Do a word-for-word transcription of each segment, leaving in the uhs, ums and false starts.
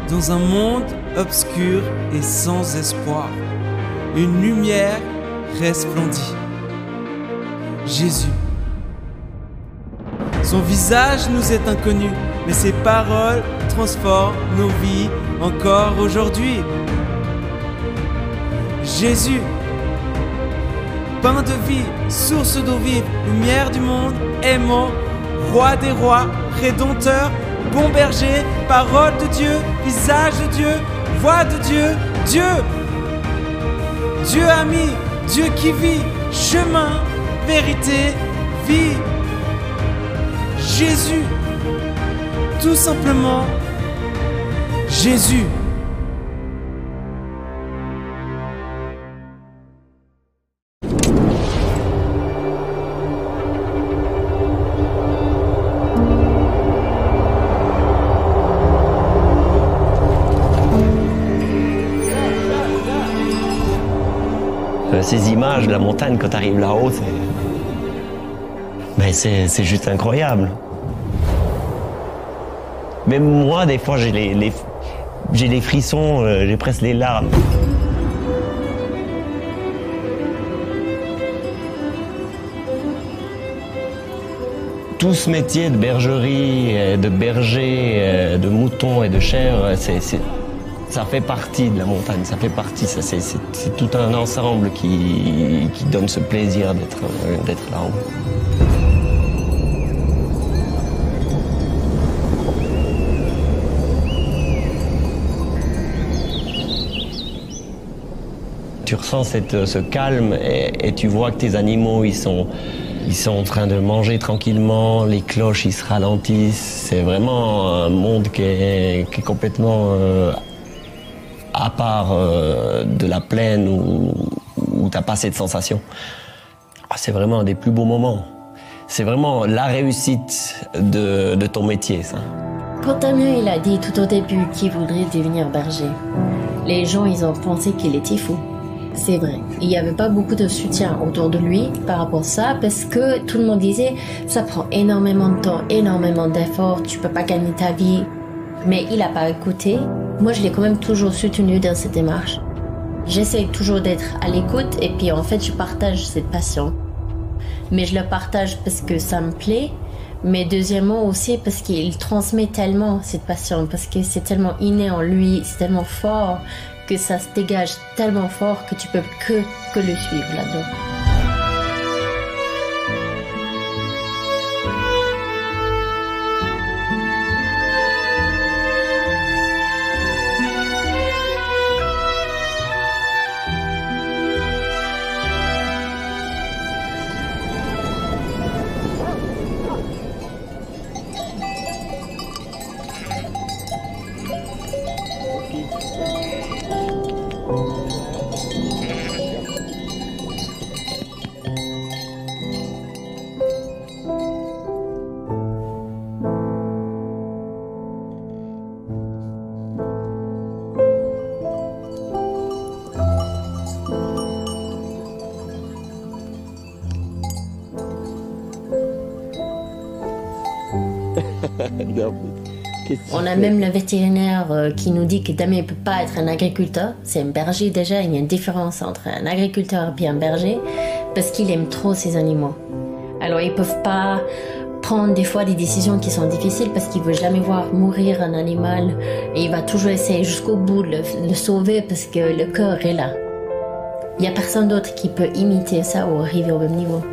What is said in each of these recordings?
dans un monde obscur et sans espoir, une lumière resplendit. Jésus. Son visage nous est inconnu, mais ses paroles transforment nos vies encore aujourd'hui. Jésus, pain de vie, source d'eau vive, lumière du monde, aimant, roi des rois, rédempteur, bon berger, parole de Dieu, visage de Dieu, voix de Dieu, Dieu. Dieu ami, Dieu qui vit, chemin, vérité, vie. Jésus, tout simplement Jésus. Ces images de la montagne, quand tu arrives là-haut, c'est... Ben c'est juste incroyable. Même moi, des fois, j'ai les, les, j'ai les frissons, euh, j'ai presque les larmes. Tout ce métier de bergerie, de berger, de mouton et de chèvre, c'est... ça fait partie de la montagne, ça fait partie, ça, c'est tout un ensemble qui, qui donne ce plaisir d'être d'être là-haut. Tu ressens cette, ce calme et, et tu vois que tes animaux, ils sont, ils sont en train de manger tranquillement, les cloches, ils se ralentissent. C'est vraiment un monde qui est, qui est complètement... Euh, à part euh, de la plaine où, où tu n'as pas cette sensation. Ah, c'est vraiment un des plus beaux moments. C'est vraiment la réussite de, de ton métier, ça. Quand Damien il a dit tout au début qu'il voudrait devenir berger, les gens ils ont pensé qu'il était fou. C'est vrai, il n'y avait pas beaucoup de soutien autour de lui par rapport à ça parce que tout le monde disait ça prend énormément de temps, énormément d'efforts, tu peux pas gagner ta vie. Mais il n'a pas écouté. Moi, je l'ai quand même toujours soutenu dans cette démarche. J'essaie toujours d'être à l'écoute et puis en fait, je partage cette passion. Mais je le partage parce que ça me plaît, mais deuxièmement aussi parce qu'il transmet tellement cette passion, parce que c'est tellement inné en lui, c'est tellement fort que ça se dégage tellement fort que tu peux que, que le suivre là-dedans. On a même le vétérinaire euh, qui nous dit que Damien ne peut pas être un agriculteur. C'est un berger déjà, il y a une différence entre un agriculteur et un berger parce qu'il aime trop ses animaux. Alors ils ne peuvent pas prendre des fois des décisions qui sont difficiles parce qu'il ne veut jamais voir mourir un animal et il va toujours essayer jusqu'au bout de le, le sauver parce que le cœur est là. Il n'y a personne d'autre qui peut imiter ça ou arriver au même niveau.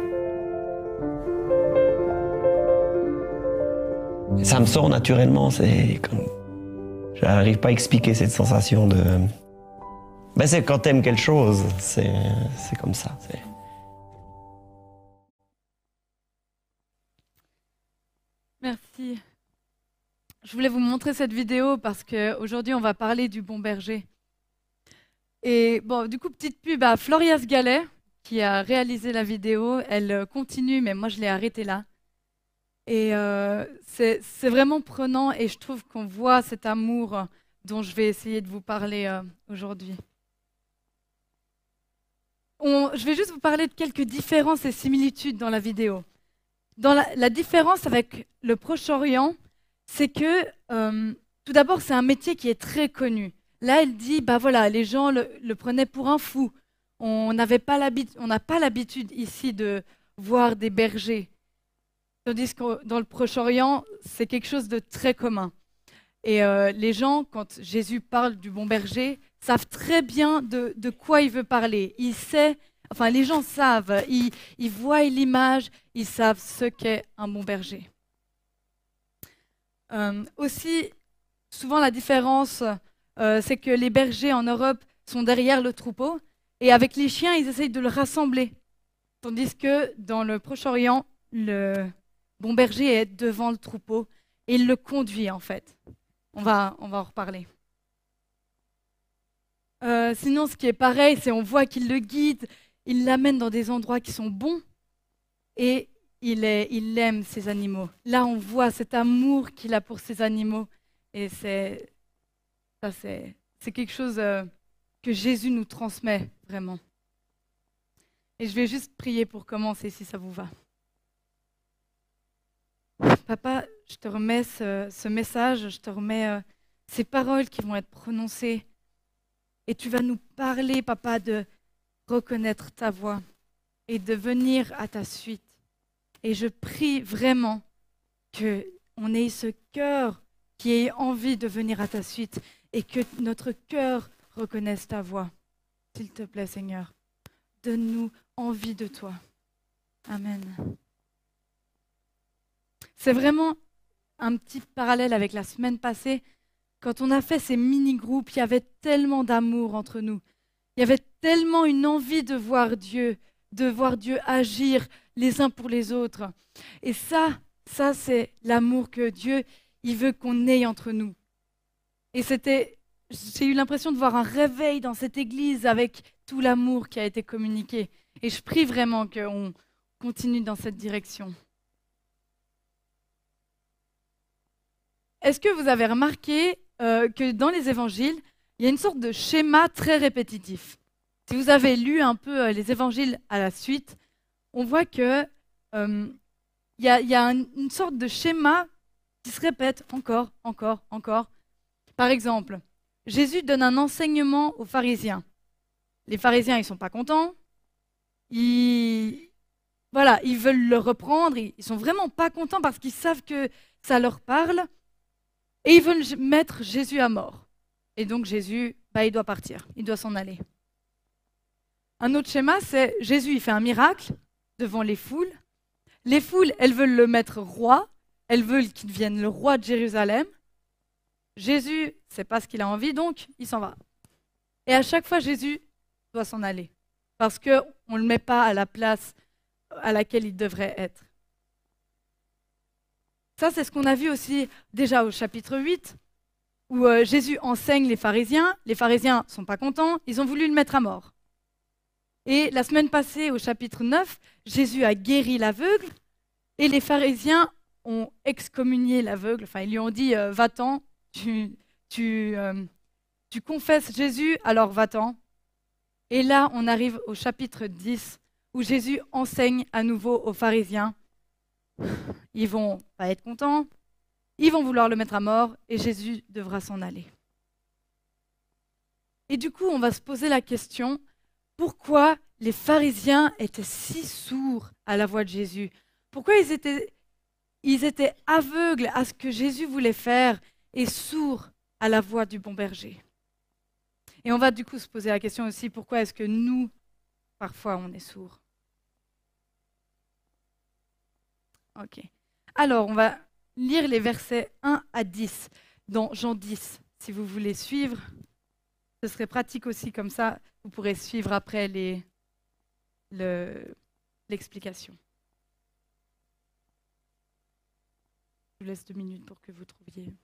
Ça me sort naturellement, c'est comme... J'arrive pas à expliquer cette sensation de... Ben c'est quand t'aimes quelque chose, c'est comme ça. Merci. Je voulais vous montrer cette vidéo parce qu'aujourd'hui, on va parler du bon berger. Et bon, du coup, petite pub à Florias Gallet, qui a réalisé la vidéo. Elle continue, mais moi, je l'ai arrêtée là. Et euh, c'est vraiment prenant et je trouve qu'on voit cet amour dont je vais essayer de vous parler euh, aujourd'hui. Je vais juste vous parler de quelques différences et similitudes dans la vidéo. Dans la, la différence avec le Proche-Orient, c'est que euh, Tout d'abord, c'est un métier qui est très connu. Là, elle dit, bah voilà, les gens le, le prenaient pour un fou. On n'avait pas l'habitude, on n'a pas l'habitude ici de voir des bergers. Tandis que dans le Proche-Orient, c'est quelque chose de très commun. Et euh, les gens, quand Jésus parle du bon berger, savent très bien de, de quoi il veut parler. Il sait, enfin, les gens savent, ils, ils voient l'image, ils savent ce qu'est un bon berger. Euh, aussi, souvent la différence, euh, c'est que les bergers en Europe sont derrière le troupeau et avec les chiens, ils essayent de le rassembler. Tandis que dans le Proche-Orient, le bon berger est devant le troupeau et il le conduit en fait. On va, on va en reparler. Euh, sinon, ce qui est pareil, c'est on voit qu'il le guide, il l'amène dans des endroits qui sont bons et il, est, il aime ses animaux. Là, on voit cet amour qu'il a pour ses animaux et c'est, ça, c'est, c'est quelque chose euh, que Jésus nous transmet vraiment. Et je vais juste prier pour commencer, si ça vous va. Papa, je te remets ce, ce message, je te remets euh, ces paroles qui vont être prononcées. Et tu vas nous parler, papa, de reconnaître ta voix et de venir à ta suite. Et je prie vraiment qu'on ait ce cœur qui ait envie de venir à ta suite et que notre cœur reconnaisse ta voix. S'il te plaît, Seigneur, donne-nous envie de toi. Amen. C'est vraiment un petit parallèle avec la semaine passée. Quand on a fait ces mini-groupes, il y avait tellement d'amour entre nous. Il y avait tellement une envie de voir Dieu, de voir Dieu agir les uns pour les autres. Et ça, ça c'est l'amour que Dieu, il veut qu'on ait entre nous. Et c'était, j'ai eu l'impression de voir un réveil dans cette église avec tout l'amour qui a été communiqué. Et je prie vraiment qu'on continue dans cette direction. Est-ce que vous avez remarqué euh, que dans les évangiles, il y a une sorte de schéma très répétitif? Si vous avez lu un peu euh, les évangiles à la suite, on voit qu'il euh, y a, y a un, une sorte de schéma qui se répète encore, encore, encore. Par exemple, Jésus donne un enseignement aux pharisiens. Les pharisiens, ils ne sont pas contents. Ils, voilà, ils veulent le reprendre. Ils ne sont vraiment pas contents parce qu'ils savent que ça leur parle. Et ils veulent mettre Jésus à mort. Et donc Jésus, bah, il doit partir, il doit s'en aller. Un autre schéma, c'est Jésus, il fait un miracle devant les foules. Les foules, elles veulent le mettre roi, elles veulent qu'il devienne le roi de Jérusalem. Jésus, ne sait pas ce qu'il a envie, donc il s'en va. Et à chaque fois, Jésus doit s'en aller, parce qu'on ne le met pas à la place à laquelle il devrait être. Ça, c'est ce qu'on a vu aussi déjà au chapitre huit, où euh, Jésus enseigne les pharisiens. Les pharisiens ne sont pas contents, ils ont voulu le mettre à mort. Et la semaine passée, au chapitre neuf, Jésus a guéri l'aveugle, et les pharisiens ont excommunié l'aveugle. Enfin, ils lui ont dit euh, « Va-t'en, tu, tu, euh, tu confesses Jésus, alors va-t'en ». Et là, on arrive au chapitre dix, où Jésus enseigne à nouveau aux pharisiens. Ils vont pas être contents, ils vont vouloir le mettre à mort et Jésus devra s'en aller. Et du coup, on va se poser la question, pourquoi les pharisiens étaient si sourds à la voix de Jésus? Pourquoi ils étaient, ils étaient aveugles à ce que Jésus voulait faire et sourds à la voix du bon berger? Et on va du coup se poser la question aussi, pourquoi est-ce que nous, parfois, on est sourds? Ok. Alors, on va lire les versets un à dix dans Jean dix. Si vous voulez suivre, ce serait pratique aussi, comme ça, vous pourrez suivre après les, le, l'explication. Je vous laisse deux minutes pour que vous trouviez.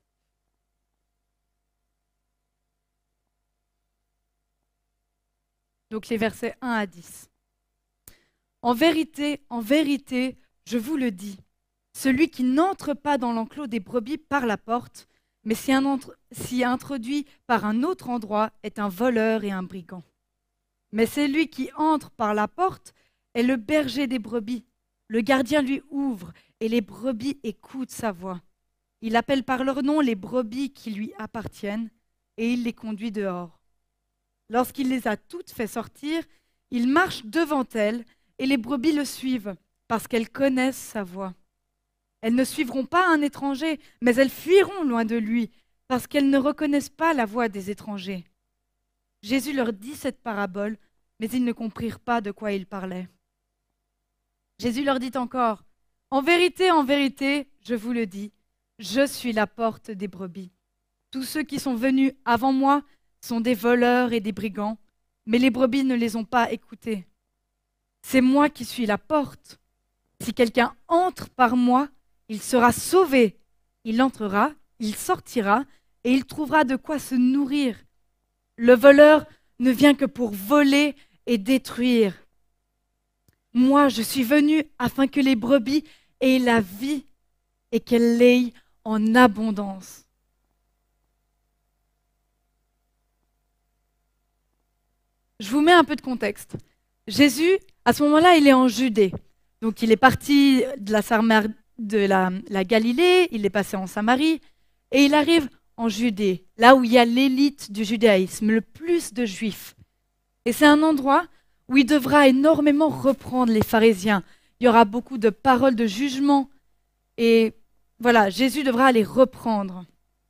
Donc, les versets un à dix. En vérité, en vérité, je vous le dis, celui qui n'entre pas dans l'enclos des brebis par la porte, mais s'y, entre, s'y introduit par un autre endroit, est un voleur et un brigand. Mais celui qui entre par la porte est le berger des brebis. Le gardien lui ouvre et les brebis écoutent sa voix. Il appelle par leur nom les brebis qui lui appartiennent et il les conduit dehors. Lorsqu'il les a toutes fait sortir, il marche devant elles et les brebis le suivent parce qu'elles connaissent sa voix. Elles ne suivront pas un étranger, mais elles fuiront loin de lui parce qu'elles ne reconnaissent pas la voix des étrangers. Jésus leur dit cette parabole, mais ils ne comprirent pas de quoi il parlait. Jésus leur dit encore, « En vérité, en vérité, je vous le dis, je suis la porte des brebis. Tous ceux qui sont venus avant moi sont des voleurs et des brigands, mais les brebis ne les ont pas écoutés. C'est moi qui suis la porte. Si quelqu'un entre par moi, il sera sauvé. Il entrera, il sortira et il trouvera de quoi se nourrir. Le voleur ne vient que pour voler et détruire. Moi, je suis venu afin que les brebis aient la vie et qu'elles l'aient en abondance. » Je vous mets un peu de contexte. Jésus, à ce moment-là, il est en Judée. Donc, il est parti de la, Samar- de la, la Galilée, il est passé en Samarie, et il arrive en Judée, là où il y a l'élite du judaïsme, le plus de juifs. Et c'est un endroit où il devra énormément reprendre les pharisiens. Il y aura beaucoup de paroles de jugement, et voilà, Jésus devra les reprendre.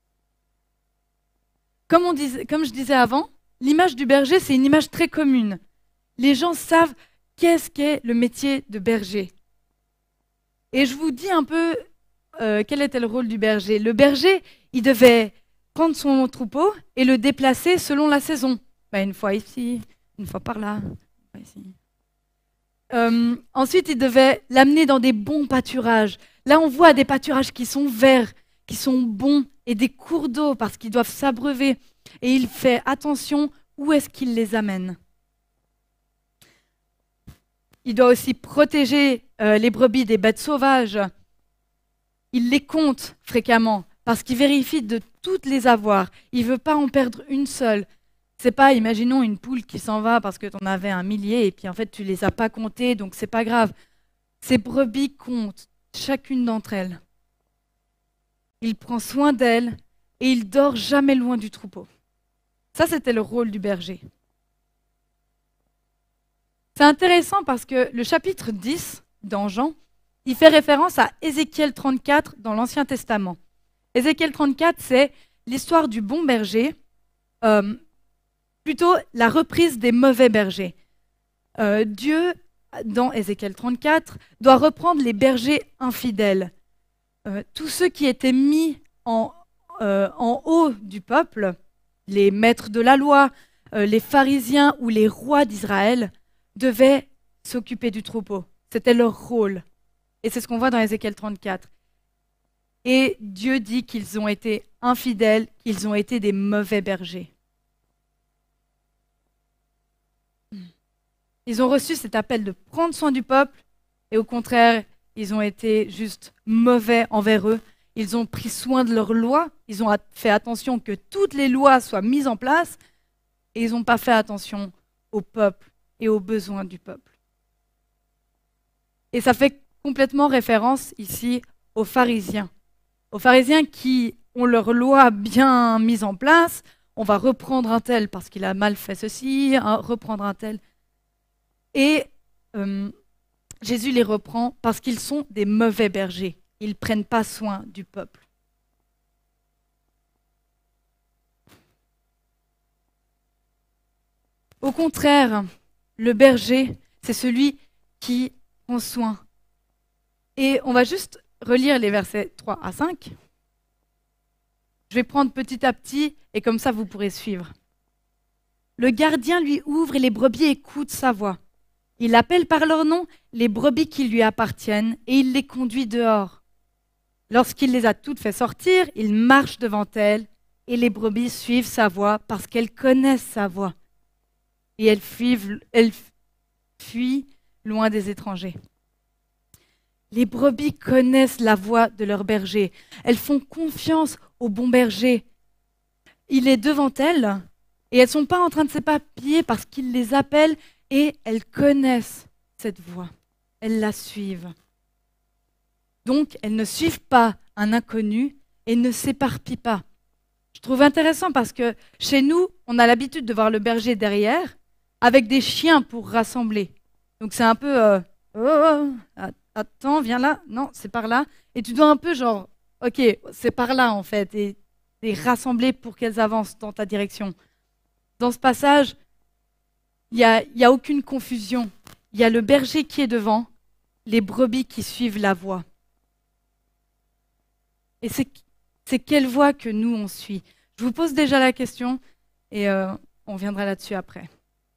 Comme, on disait, comme je disais avant, l'image du berger, c'est une image très commune. Les gens savent qu'est-ce qu'est le métier de berger. Et je vous dis un peu euh, quel était le rôle du berger. Le berger, il devait prendre son troupeau et le déplacer selon la saison. Ben, une fois ici, une fois par là, une fois ici. Euh, ensuite, il devait l'amener dans des bons pâturages. Là, on voit des pâturages qui sont verts, qui sont bons, et des cours d'eau parce qu'ils doivent s'abreuver. Et il fait attention où est-ce qu'il les amène. Il doit aussi protéger euh, les brebis des bêtes sauvages. Il les compte fréquemment parce qu'il vérifie de toutes les avoir. Il ne veut pas en perdre une seule. C'est pas, imaginons une poule qui s'en va parce que tu en avais un millier et puis en fait tu les as pas comptées, donc c'est pas grave. Ces brebis comptent, chacune d'entre elles. Il prend soin d'elles et il dort jamais loin du troupeau. Ça, c'était le rôle du berger. C'est intéressant parce que le chapitre dix dans Jean, il fait référence à Ézéchiel trente-quatre dans l'Ancien Testament. Ézéchiel trente-quatre, c'est l'histoire du bon berger, euh, plutôt la reprise des mauvais bergers. Euh, Dieu, dans Ézéchiel trente-quatre, doit reprendre les bergers infidèles. Euh, tous ceux qui étaient mis en, euh, en haut du peuple, les maîtres de la loi, euh, les pharisiens ou les rois d'Israël, devaient s'occuper du troupeau. C'était leur rôle. Et c'est ce qu'on voit dans Ézéchiel trente-quatre. Et Dieu dit qu'ils ont été infidèles, qu'ils ont été des mauvais bergers. Ils ont reçu cet appel de prendre soin du peuple, et au contraire, ils ont été juste mauvais envers eux. Ils ont pris soin de leurs lois, ils ont fait attention que toutes les lois soient mises en place, et ils n'ont pas fait attention au peuple et aux besoins du peuple. Et ça fait complètement référence ici aux pharisiens. Aux pharisiens qui ont leurs lois bien mises en place. On va reprendre un tel parce qu'il a mal fait ceci, hein, reprendre un tel. Et euh, Jésus les reprend parce qu'ils sont des mauvais bergers. Ils ne prennent pas soin du peuple. Au contraire, le berger, c'est celui qui prend soin. Et on va juste relire les versets trois à cinq. Je vais prendre petit à petit et comme ça vous pourrez suivre. Le gardien lui ouvre et les brebis écoutent sa voix. Il appelle par leur nom les brebis qui lui appartiennent et il les conduit dehors. Lorsqu'il les a toutes fait sortir, il marche devant elles et les brebis suivent sa voix parce qu'elles connaissent sa voix. Et elles fuient, elles fuient loin des étrangers. Les brebis connaissent la voix de leur berger. Elles font confiance au bon berger. Il est devant elles et elles ne sont pas en train de s'éparpiller parce qu'il les appelle et elles connaissent cette voix. Elles la suivent. Donc, elles ne suivent pas un inconnu et ne s'éparpille pas. Je trouve intéressant parce que chez nous, on a l'habitude de voir le berger derrière avec des chiens pour rassembler. Donc c'est un peu euh, oh, oh, attends, viens là, non, c'est par là. Et tu dois un peu genre, ok, c'est par là en fait, et, et rassembler pour qu'elles avancent dans ta direction. Dans ce passage, il n'y a, y a aucune confusion. Il y a le berger qui est devant, les brebis qui suivent la voie. Et c'est, c'est quelle voie que nous on suit? Je vous pose déjà la question et euh, on viendra là-dessus après.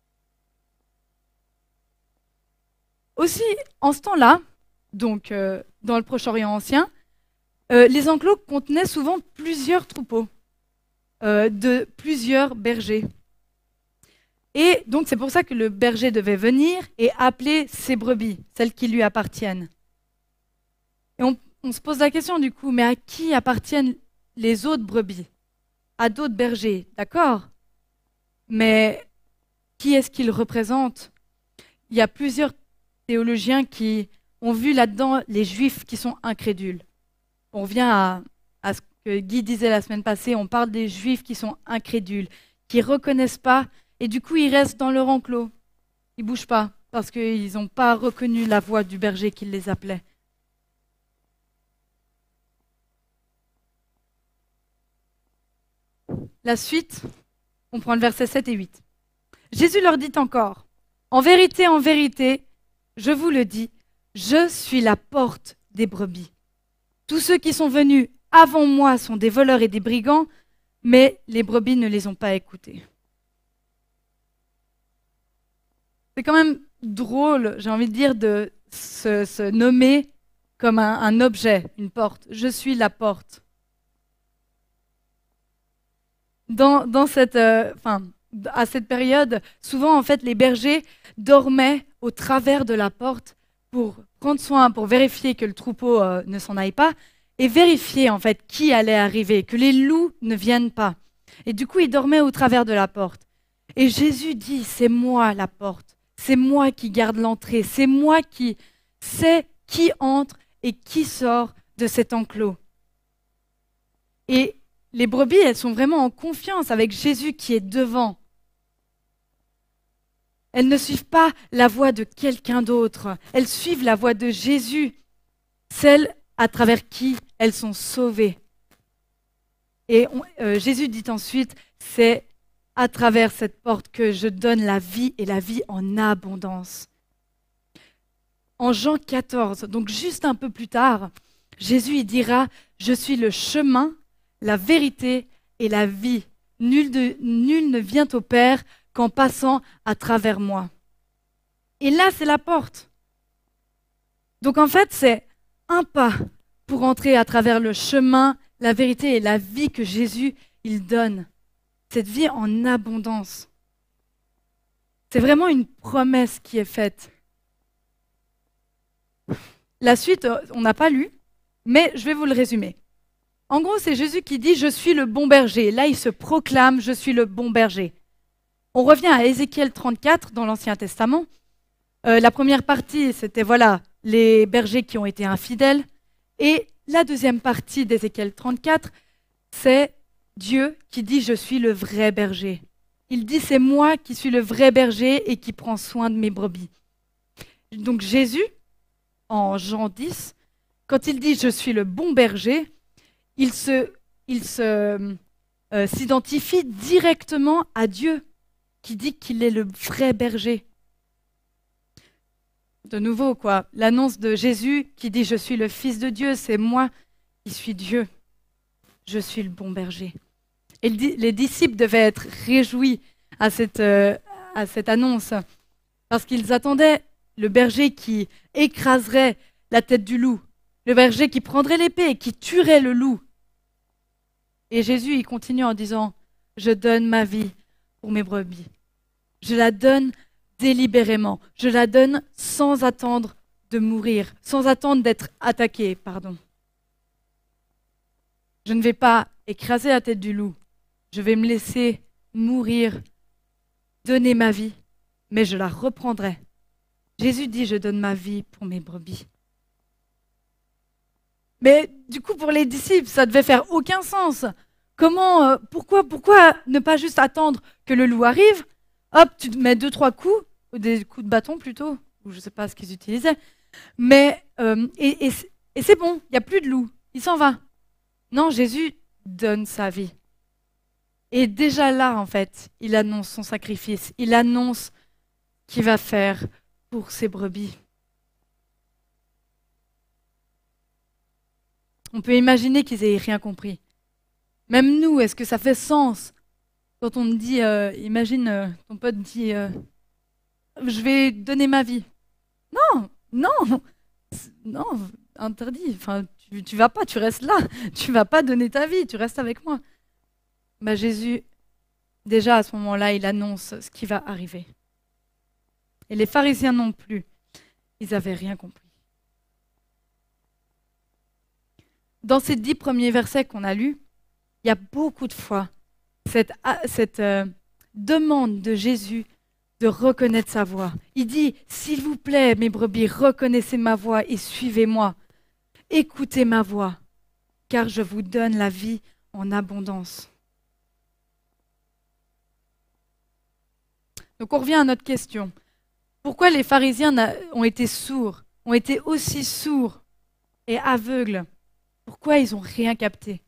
Aussi, en ce temps-là, donc euh, dans le Proche-Orient ancien, euh, les enclos contenaient souvent plusieurs troupeaux, euh, de plusieurs bergers. Et donc c'est pour ça que le berger devait venir et appeler ses brebis, celles qui lui appartiennent. Et on, on se pose la question du coup, mais à qui appartiennent les autres brebis? À d'autres bergers, d'accord? Mais qui est-ce qu'ils représentent? Il y a plusieurs théologiens qui ont vu là-dedans les juifs qui sont incrédules. On revient à, à ce que Guy disait la semaine passée, on parle des juifs qui sont incrédules, qui ne reconnaissent pas, et du coup ils restent dans leur enclos. Ils ne bougent pas, parce qu'ils n'ont pas reconnu la voix du berger qui les appelait. La suite, on prend le verset sept et huit. Jésus leur dit encore, « En vérité, en vérité, je vous le dis, je suis la porte des brebis. Tous ceux qui sont venus avant moi sont des voleurs et des brigands, mais les brebis ne les ont pas écoutés. » C'est quand même drôle, j'ai envie de dire, de se, se nommer comme un, un objet, une porte. Je suis la porte. Dans, dans cette, euh, enfin, à cette période, souvent en fait, les bergers dormaient au travers de la porte pour prendre soin, pour vérifier que le troupeau euh, ne s'en aille pas et vérifier en fait qui allait arriver, que les loups ne viennent pas. Et du coup, ils dormaient au travers de la porte. Et Jésus dit, c'est moi la porte, c'est moi qui garde l'entrée, c'est moi qui sais qui entre et qui sort de cet enclos. Et les brebis, elles sont vraiment en confiance avec Jésus qui est devant. Elles ne suivent pas la voix de quelqu'un d'autre. Elles suivent la voix de Jésus, celle à travers qui elles sont sauvées. Et on, euh, Jésus dit ensuite, c'est à travers cette porte que je donne la vie et la vie en abondance. En Jean quatorze, donc juste un peu plus tard, Jésus il dira, je suis le chemin, la vérité et la vie. Nul, de, nul ne vient au Père qu'en passant à travers moi. Et là, c'est la porte. Donc en fait, c'est un pas pour entrer à travers le chemin, la vérité et la vie que Jésus il donne. Cette vie en abondance. C'est vraiment une promesse qui est faite. La suite, on n'a pas lu, mais je vais vous le résumer. En gros, c'est Jésus qui dit « Je suis le bon berger ». Là, il se proclame « Je suis le bon berger ». On revient à Ézéchiel trente-quatre dans l'Ancien Testament. Euh, la première partie, c'était voilà les bergers qui ont été infidèles. Et la deuxième partie d'Ézéchiel trente-quatre, c'est Dieu qui dit « Je suis le vrai berger ». Il dit « C'est moi qui suis le vrai berger et qui prends soin de mes brebis ». Donc Jésus, en Jean dix, quand il dit « Je suis le bon berger », il se, il se, euh, s'identifie directement à Dieu, qui dit qu'il est le vrai berger. De nouveau, quoi, l'annonce de Jésus qui dit « Je suis le Fils de Dieu, c'est moi qui suis Dieu. Je suis le bon berger. » Et les disciples devaient être réjouis à cette, euh, à cette annonce, parce qu'ils attendaient le berger qui écraserait la tête du loup, le berger qui prendrait l'épée et qui tuerait le loup. Et Jésus, il continue en disant « Je donne ma vie pour mes brebis. Je la donne délibérément. Je la donne sans attendre de mourir, sans attendre d'être attaqué, pardon. Je ne vais pas écraser la tête du loup. Je vais me laisser mourir, donner ma vie, mais je la reprendrai. » Jésus dit « Je donne ma vie pour mes brebis. » Mais du coup, pour les disciples, ça devait faire aucun sens. Comment, euh, pourquoi, pourquoi ne pas juste attendre que le loup arrive? Hop, tu te mets deux, trois coups, ou des coups de bâton plutôt, ou je ne sais pas ce qu'ils utilisaient. Mais, euh, et, et, et c'est bon, il n'y a plus de loup, il s'en va. Non, Jésus donne sa vie. Et déjà là, en fait, il annonce son sacrifice, il annonce ce qu'il va faire pour ses brebis. On peut imaginer qu'ils aient rien compris. Même nous, est-ce que ça fait sens quand on me dit, euh, imagine, euh, ton pote dit, euh, je vais donner ma vie. Non, non, non, interdit. Enfin, tu, tu vas pas, tu restes là. Tu vas pas donner ta vie, tu restes avec moi. Bah, Jésus, déjà à ce moment-là, il annonce ce qui va arriver. Et les pharisiens non plus, ils n'avaient rien compris. Dans ces dix premiers versets qu'on a lus, il y a beaucoup de fois cette, cette euh, demande de Jésus de reconnaître sa voix. Il dit, s'il vous plaît, mes brebis, reconnaissez ma voix et suivez-moi. Écoutez ma voix, car je vous donne la vie en abondance. Donc on revient à notre question. Pourquoi les pharisiens ont été sourds, ont été aussi sourds et aveugles? Pourquoi ils n'ont rien capté?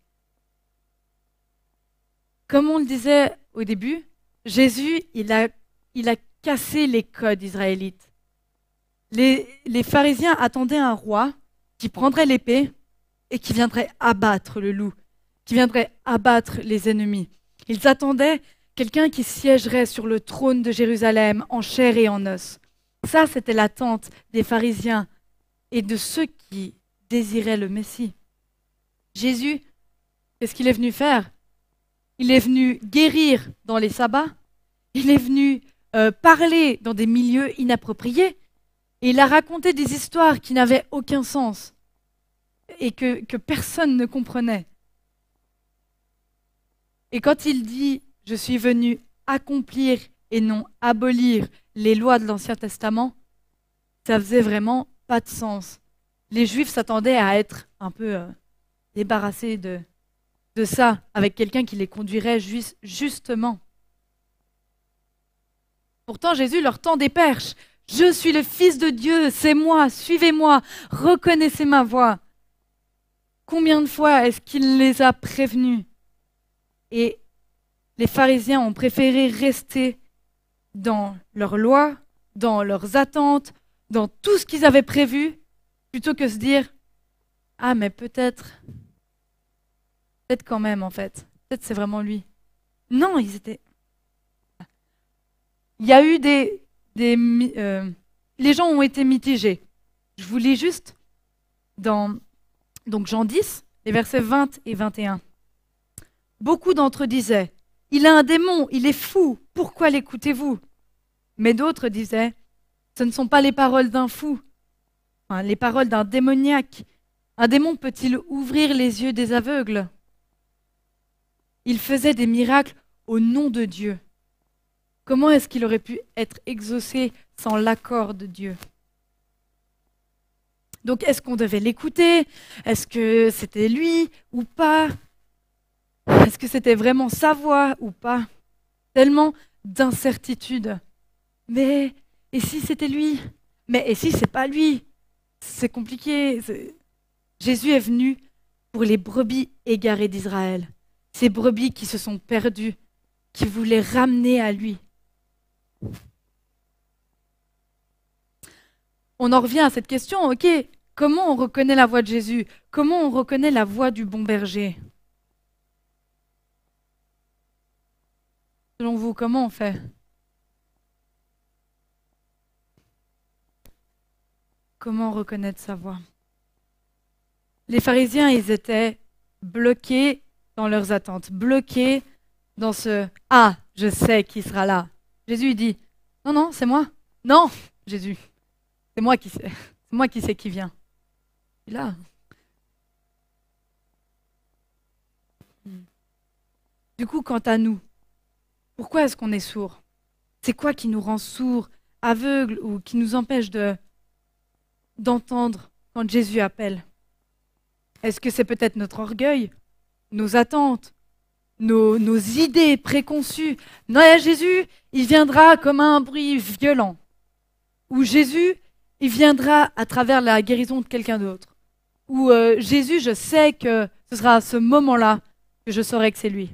Comme on le disait au début, Jésus, il a, il a cassé les codes israélites. Les, les pharisiens attendaient un roi qui prendrait l'épée et qui viendrait abattre le loup, qui viendrait abattre les ennemis. Ils attendaient quelqu'un qui siégerait sur le trône de Jérusalem en chair et en os. Ça, c'était l'attente des pharisiens et de ceux qui désiraient le Messie. Jésus, qu'est-ce qu'il est venu faire? Il est venu guérir dans les sabbats, il est venu euh, parler dans des milieux inappropriés, et il a raconté des histoires qui n'avaient aucun sens et que, que personne ne comprenait. Et quand il dit « Je suis venu accomplir et non abolir les lois de l'Ancien Testament », ça faisait vraiment pas de sens. Les Juifs s'attendaient à être un peu euh, débarrassés de, de ça, avec quelqu'un qui les conduirait juste, justement. Pourtant, Jésus leur tend des perches. « Je suis le Fils de Dieu, c'est moi, suivez-moi, reconnaissez ma voix. » Combien de fois est-ce qu'il les a prévenus? Et les pharisiens ont préféré rester dans leurs lois, dans leurs attentes, dans tout ce qu'ils avaient prévu, plutôt que se dire « Ah, mais peut-être, peut-être quand même en fait, peut-être c'est vraiment lui. » Non, ils étaient... Il y a eu des... des euh, les gens ont été mitigés. Je vous lis juste dans donc Jean dix, les versets vingt et vingt et un. Beaucoup d'entre eux disaient « Il a un démon, il est fou, pourquoi l'écoutez-vous » Mais d'autres disaient « Ce ne sont pas les paroles d'un fou, enfin, les paroles d'un démoniaque. Un démon peut-il ouvrir les yeux des aveugles ?» Il faisait des miracles au nom de Dieu. Comment est-ce qu'il aurait pu être exaucé sans l'accord de Dieu? Donc, est-ce qu'on devait l'écouter? Est-ce que c'était lui ou pas? Est-ce que c'était vraiment sa voix ou pas? Tellement d'incertitudes. Mais, et si c'était lui? Mais, et si c'est pas lui? C'est compliqué. C'est... Jésus est venu pour les brebis égarées d'Israël. Ces brebis qui se sont perdues, qui voulaient ramener à lui. On en revient à cette question, ok, comment on reconnaît la voix de Jésus? Comment on reconnaît la voix du bon berger? Selon vous, comment on fait? Comment reconnaître sa voix? Les pharisiens, ils étaient bloqués dans leurs attentes, bloqués dans ce « Ah, je sais qui sera là ». Jésus il dit « Non, non, c'est moi. Non, Jésus, c'est moi qui sais. C'est moi qui sais qui vient. » Il est là. Du coup, quant à nous, pourquoi est-ce qu'on est sourd? C'est quoi qui nous rend sourds, aveugles ou qui nous empêche de, d'entendre quand Jésus appelle? Est-ce que c'est peut-être notre orgueil, nos attentes, nos, nos idées préconçues? Non, Jésus, il viendra comme un bruit violent. Ou Jésus, il viendra à travers la guérison de quelqu'un d'autre. Ou euh, Jésus, je sais que ce sera à ce moment-là que je saurai que c'est lui.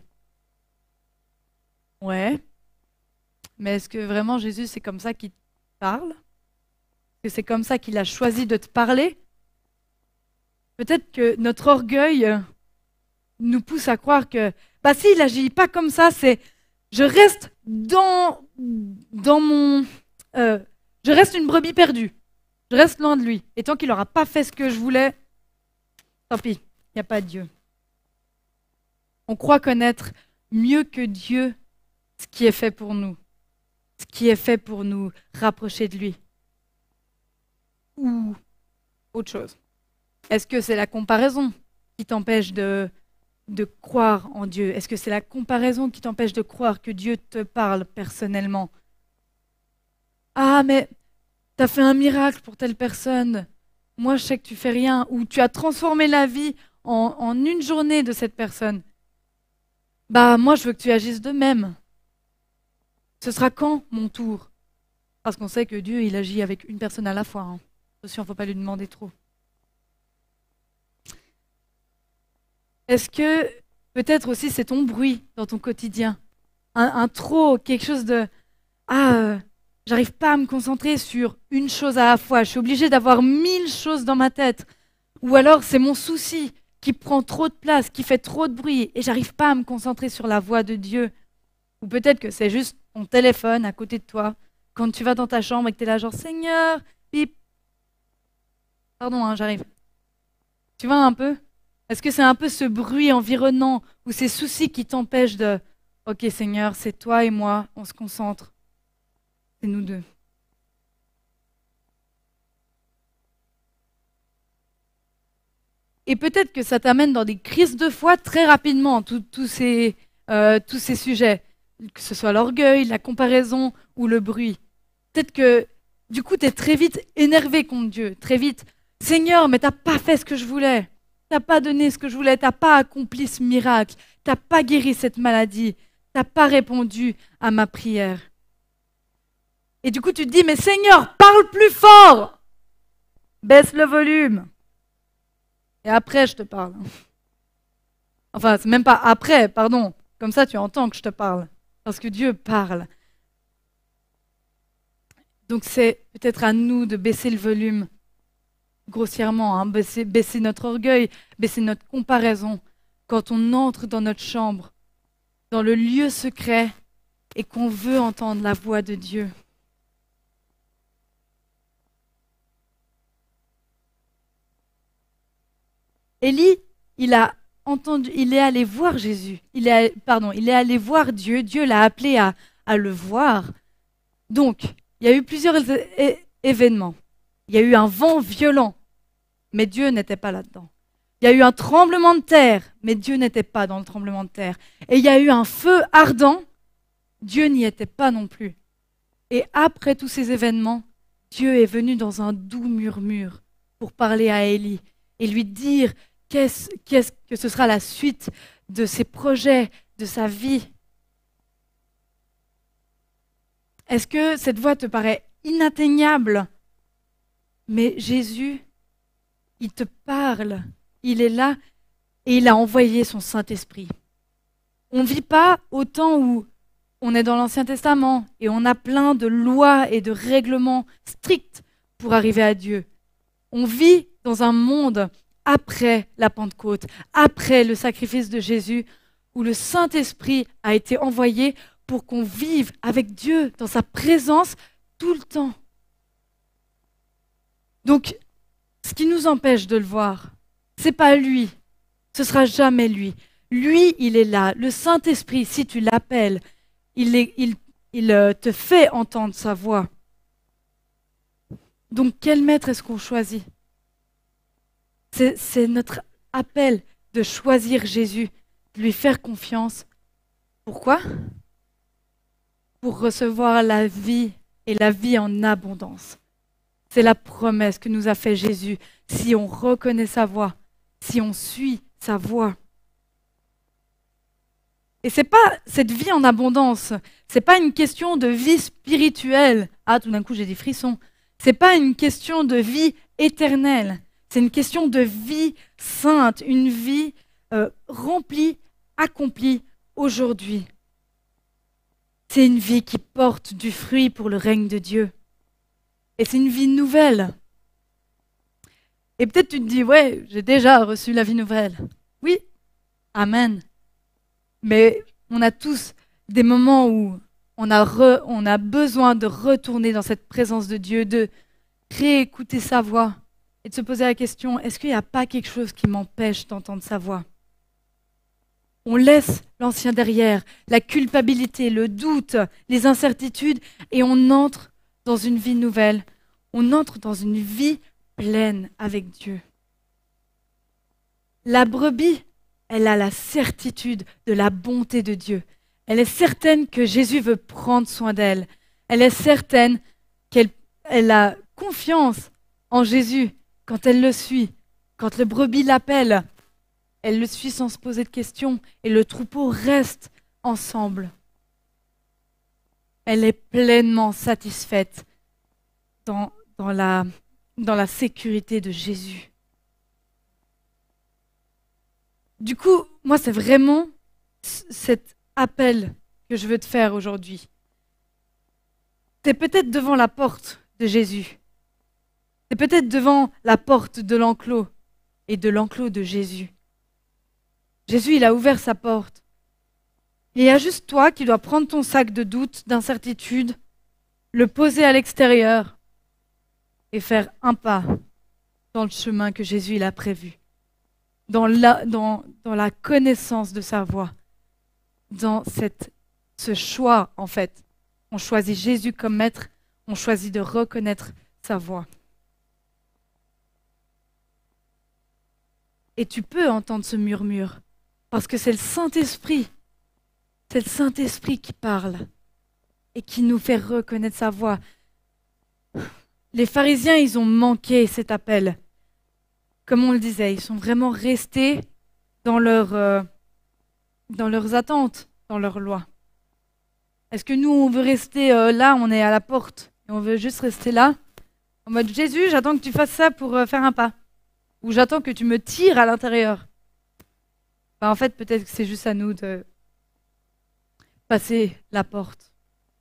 Ouais. Mais est-ce que vraiment Jésus, c'est comme ça qu'il te parle? Est-ce que c'est comme ça qu'il a choisi de te parler? Peut-être que notre orgueil nous pousse à croire que, bah si, il n'agit pas comme ça, c'est je reste dans, dans mon... Euh, je reste une brebis perdue. Je reste loin de lui. Et tant qu'il n'aura pas fait ce que je voulais, tant pis, il n'y a pas de Dieu. On croit connaître mieux que Dieu ce qui est fait pour nous, ce qui est fait pour nous rapprocher de lui. Ou autre chose. Est-ce que c'est la comparaison qui t'empêche de, de croire en Dieu? Est-ce que c'est la comparaison qui t'empêche de croire que Dieu te parle personnellement? Ah, mais tu as fait un miracle pour telle personne. Moi, je sais que tu fais rien. Ou tu as transformé la vie en, en une journée de cette personne. Bah, moi, je veux que tu agisses de même. Ce sera quand mon tour? Parce qu'on sait que Dieu, il agit avec une personne à la fois. Hein. Attention, il ne faut pas lui demander trop. Est-ce que peut-être aussi c'est ton bruit dans ton quotidien? Un, un trop, quelque chose de... Ah, euh, j'arrive pas à me concentrer sur une chose à la fois. Je suis obligée d'avoir mille choses dans ma tête. Ou alors c'est mon souci qui prend trop de place, qui fait trop de bruit et j'arrive pas à me concentrer sur la voix de Dieu. Ou peut-être que c'est juste ton téléphone à côté de toi. Quand tu vas dans ta chambre et que tu es là genre « Seigneur, bip ». Pardon, hein, j'arrive. Tu vois un peu? Est-ce que c'est un peu ce bruit environnant ou ces soucis qui t'empêchent de « Ok Seigneur, c'est toi et moi, on se concentre. C'est nous deux. » Et peut-être que ça t'amène dans des crises de foi très rapidement, tous ces, euh, tous ces sujets, que ce soit l'orgueil, la comparaison ou le bruit. Peut-être que du coup, tu es très vite énervé contre Dieu, très vite « Seigneur, mais tu n'as pas fait ce que je voulais. Tu n'as pas donné ce que je voulais, tu n'as pas accompli ce miracle, tu n'as pas guéri cette maladie, tu n'as pas répondu à ma prière. » Et du coup, tu te dis « Mais Seigneur, parle plus fort! Baisse le volume. » Et après, je te parle. Enfin, c'est même pas après, pardon. Comme ça, tu entends que je te parle. Parce que Dieu parle. Donc, c'est peut-être à nous de baisser le volume grossièrement, hein, baisser, baisser notre orgueil, baisser notre comparaison quand on entre dans notre chambre, dans le lieu secret et qu'on veut entendre la voix de Dieu. Élie, il a entendu, il est allé voir Jésus, il est, pardon, il est allé voir Dieu, Dieu l'a appelé à, à le voir. Donc, il y a eu plusieurs é- événements. Il y a eu un vent violent, mais Dieu n'était pas là-dedans. Il y a eu un tremblement de terre, mais Dieu n'était pas dans le tremblement de terre. Et il y a eu un feu ardent, Dieu n'y était pas non plus. Et après tous ces événements, Dieu est venu dans un doux murmure pour parler à Élie et lui dire qu'est-ce, qu'est-ce que ce sera la suite de ses projets, de sa vie. Est-ce que cette voix te paraît inatteignable? Mais Jésus, il te parle, il est là et il a envoyé son Saint-Esprit. On ne vit pas au temps où on est dans l'Ancien Testament et on a plein de lois et de règlements stricts pour arriver à Dieu. On vit dans un monde après la Pentecôte, après le sacrifice de Jésus, où le Saint-Esprit a été envoyé pour qu'on vive avec Dieu dans sa présence tout le temps. Donc, ce qui nous empêche de le voir, c'est pas lui, ce sera jamais lui. Lui, il est là. Le Saint-Esprit, si tu l'appelles, il, est, il, il euh, te fait entendre sa voix. Donc, quel maître est-ce qu'on choisit? C'est, c'est notre appel de choisir Jésus, de lui faire confiance. Pourquoi? Pour recevoir la vie et la vie en abondance. C'est la promesse que nous a fait Jésus. Si on reconnaît sa voix, si on suit sa voie. Et c'est pas cette vie en abondance, c'est pas une question de vie spirituelle. Ah, tout d'un coup, j'ai des frissons. C'est pas une question de vie éternelle. C'est une question de vie sainte, une vie euh, remplie, accomplie aujourd'hui. C'est une vie qui porte du fruit pour le règne de Dieu. Et c'est une vie nouvelle. Et peut-être tu te dis, ouais, j'ai déjà reçu la vie nouvelle. Oui, amen. Mais on a tous des moments où on a, re, on a besoin de retourner dans cette présence de Dieu, de réécouter sa voix et de se poser la question, est-ce qu'il n'y a pas quelque chose qui m'empêche d'entendre sa voix? On laisse l'ancien derrière, la culpabilité, le doute, les incertitudes, et on entre dans une vie nouvelle. On entre dans une vie pleine avec Dieu. La brebis, elle a la certitude de la bonté de Dieu. Elle est certaine que Jésus veut prendre soin d'elle. Elle est certaine qu'elle elle a confiance en Jésus quand elle le suit, quand le brebis l'appelle. Elle le suit sans se poser de questions et le troupeau reste ensemble. Elle est pleinement satisfaite dans, dans, la, dans la sécurité de Jésus. Du coup, moi, c'est vraiment cet appel que je veux te faire aujourd'hui. Tu es peut-être devant la porte de Jésus. Tu es peut-être devant la porte de l'enclos et de l'enclos de Jésus. Jésus, il a ouvert sa porte. Et il y a juste toi qui dois prendre ton sac de doute, d'incertitude, le poser à l'extérieur et faire un pas dans le chemin que Jésus il a prévu. Dans la, dans, dans la connaissance de sa voix, dans cette, ce choix, en fait. On choisit Jésus comme maître, on choisit de reconnaître sa voix. Et tu peux entendre ce murmure, parce que c'est le Saint-Esprit, c'est le Saint-Esprit qui parle et qui nous fait reconnaître sa voix. Les pharisiens, ils ont manqué cet appel. Comme on le disait, ils sont vraiment restés dans, leur, euh, dans leurs attentes, dans leur loi. Est-ce que nous, on veut rester euh, là, on est à la porte, et on veut juste rester là, en mode Jésus, j'attends que tu fasses ça pour euh, faire un pas, ou j'attends que tu me tires à l'intérieur. Ben, en fait, peut-être que c'est juste à nous de passer la porte.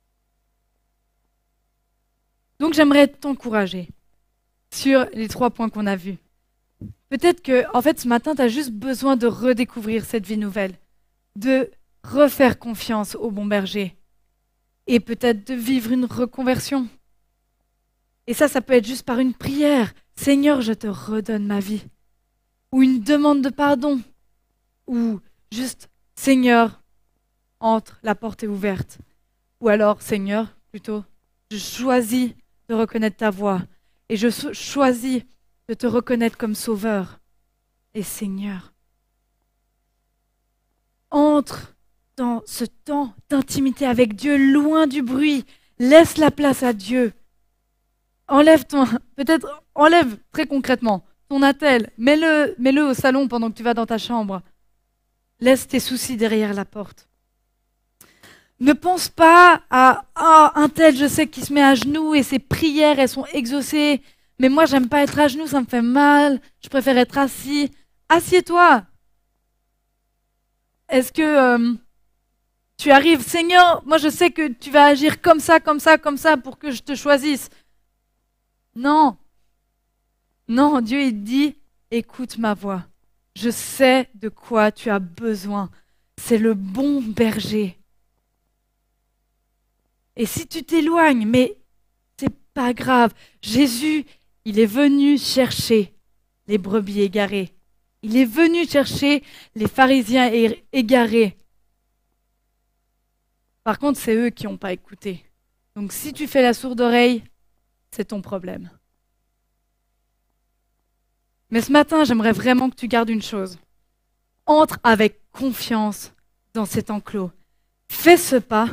Donc j'aimerais t'encourager sur les trois points qu'on a vus. Peut-être que, en fait, ce matin, tu as juste besoin de redécouvrir cette vie nouvelle, de refaire confiance au bon berger et peut-être de vivre une reconversion. Et ça, ça peut être juste par une prière. Seigneur, je te redonne ma vie. Ou une demande de pardon. Ou juste, Seigneur, entre, la porte est ouverte. Ou alors, Seigneur, plutôt, je choisis de reconnaître ta voix et je choisis de te reconnaître comme Sauveur et Seigneur. Entre dans ce temps d'intimité avec Dieu, loin du bruit. Laisse la place à Dieu. Enlève ton, peut-être, enlève très concrètement ton attel. Mets-le, mets-le au salon pendant que tu vas dans ta chambre. Laisse tes soucis derrière la porte. Ne pense pas à ah, un tel, je sais, qui se met à genoux et ses prières, elles sont exaucées. Mais moi, j'aime pas être à genoux, ça me fait mal. Je préfère être assis. Assieds-toi. Est-ce que euh, tu arrives, Seigneur, moi je sais que tu vas agir comme ça, comme ça, comme ça pour que je te choisisse. Non. Non, Dieu il dit, écoute ma voix. Je sais de quoi tu as besoin. C'est le bon berger. Et si tu t'éloignes, mais c'est pas grave. Jésus, il est venu chercher les brebis égarées. Il est venu chercher les pharisiens égarés. Par contre, c'est eux qui n'ont pas écouté. Donc si tu fais la sourde oreille, c'est ton problème. Mais ce matin, j'aimerais vraiment que tu gardes une chose. Entre avec confiance dans cet enclos. Fais ce pas.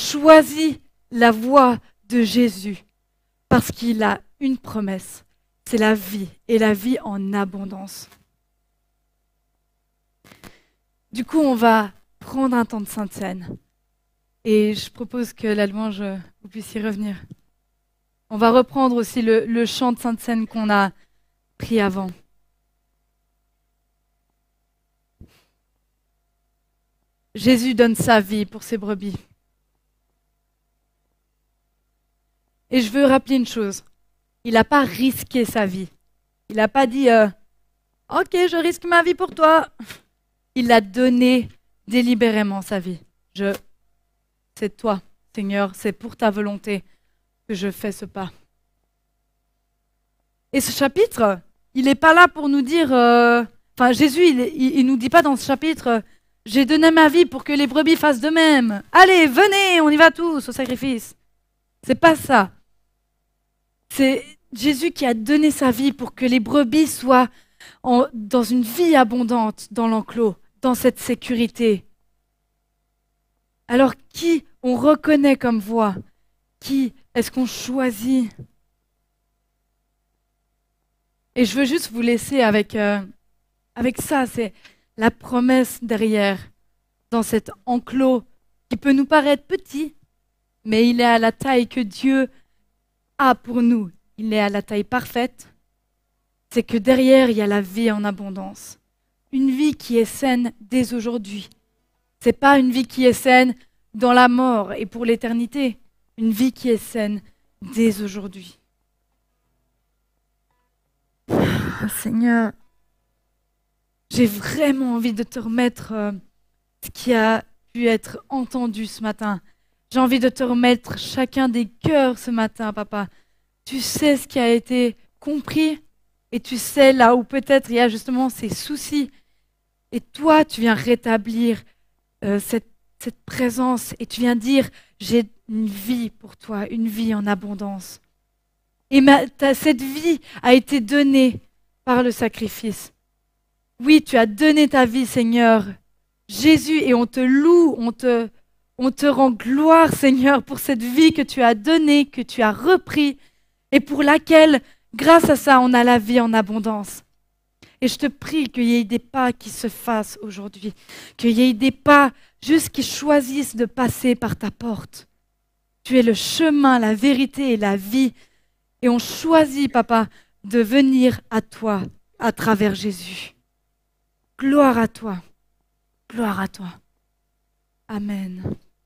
Choisis la voie de Jésus parce qu'il a une promesse. c'est la vie, et la vie en abondance. Du coup, on va prendre un temps de Sainte Seine. Et je propose que la louange, vous puissiez revenir. On va reprendre aussi le, le chant de Sainte Seine qu'on a pris avant. Jésus donne sa vie pour ses brebis. Et je veux rappeler une chose. Il n'a pas risqué sa vie. Il n'a pas dit euh, « Ok, je risque ma vie pour toi ». Il a donné délibérément sa vie. Je, c'est toi, Seigneur, c'est pour ta volonté que je fais ce pas. Et ce chapitre, il n'est pas là pour nous dire... Euh, enfin, Jésus, il ne nous dit pas dans ce chapitre « J'ai donné ma vie pour que les brebis fassent de même. Allez, venez, on y va tous au sacrifice. » C'est pas ça. C'est Jésus qui a donné sa vie pour que les brebis soient en, dans une vie abondante, dans l'enclos, dans cette sécurité. Alors, qui on reconnaît comme voix? Qui est-ce qu'on choisit? Et je veux juste vous laisser avec, euh, avec ça, c'est la promesse derrière, dans cet enclos qui peut nous paraître petit, mais il est à la taille que Dieu a pour nous. Il est à la taille parfaite. C'est que derrière, il y a la vie en abondance. Une vie qui est saine dès aujourd'hui. Ce n'est pas une vie qui est saine dans la mort et pour l'éternité. Une vie qui est saine dès aujourd'hui. Oh, Seigneur, j'ai vraiment envie de te remettre euh, ce qui a pu être entendu ce matin. J'ai envie de te remettre chacun des cœurs ce matin, papa. Tu sais ce qui a été compris et tu sais là où peut-être il y a justement ces soucis. Et toi, tu viens rétablir euh, cette, cette présence et tu viens dire, j'ai une vie pour toi, une vie en abondance. Et ma, ta, cette vie a été donnée par le sacrifice. Oui, tu as donné ta vie, Seigneur. Jésus, et on te loue, on te, on te rend gloire, Seigneur, pour cette vie que tu as donnée, que tu as repris, et pour laquelle, grâce à ça, on a la vie en abondance. Et je te prie qu'il y ait des pas qui se fassent aujourd'hui, qu'il y ait des pas juste qui choisissent de passer par ta porte. Tu es le chemin, la vérité et la vie. Et on choisit, papa, de venir à toi à travers Jésus. Gloire à toi. Gloire à toi. Amen.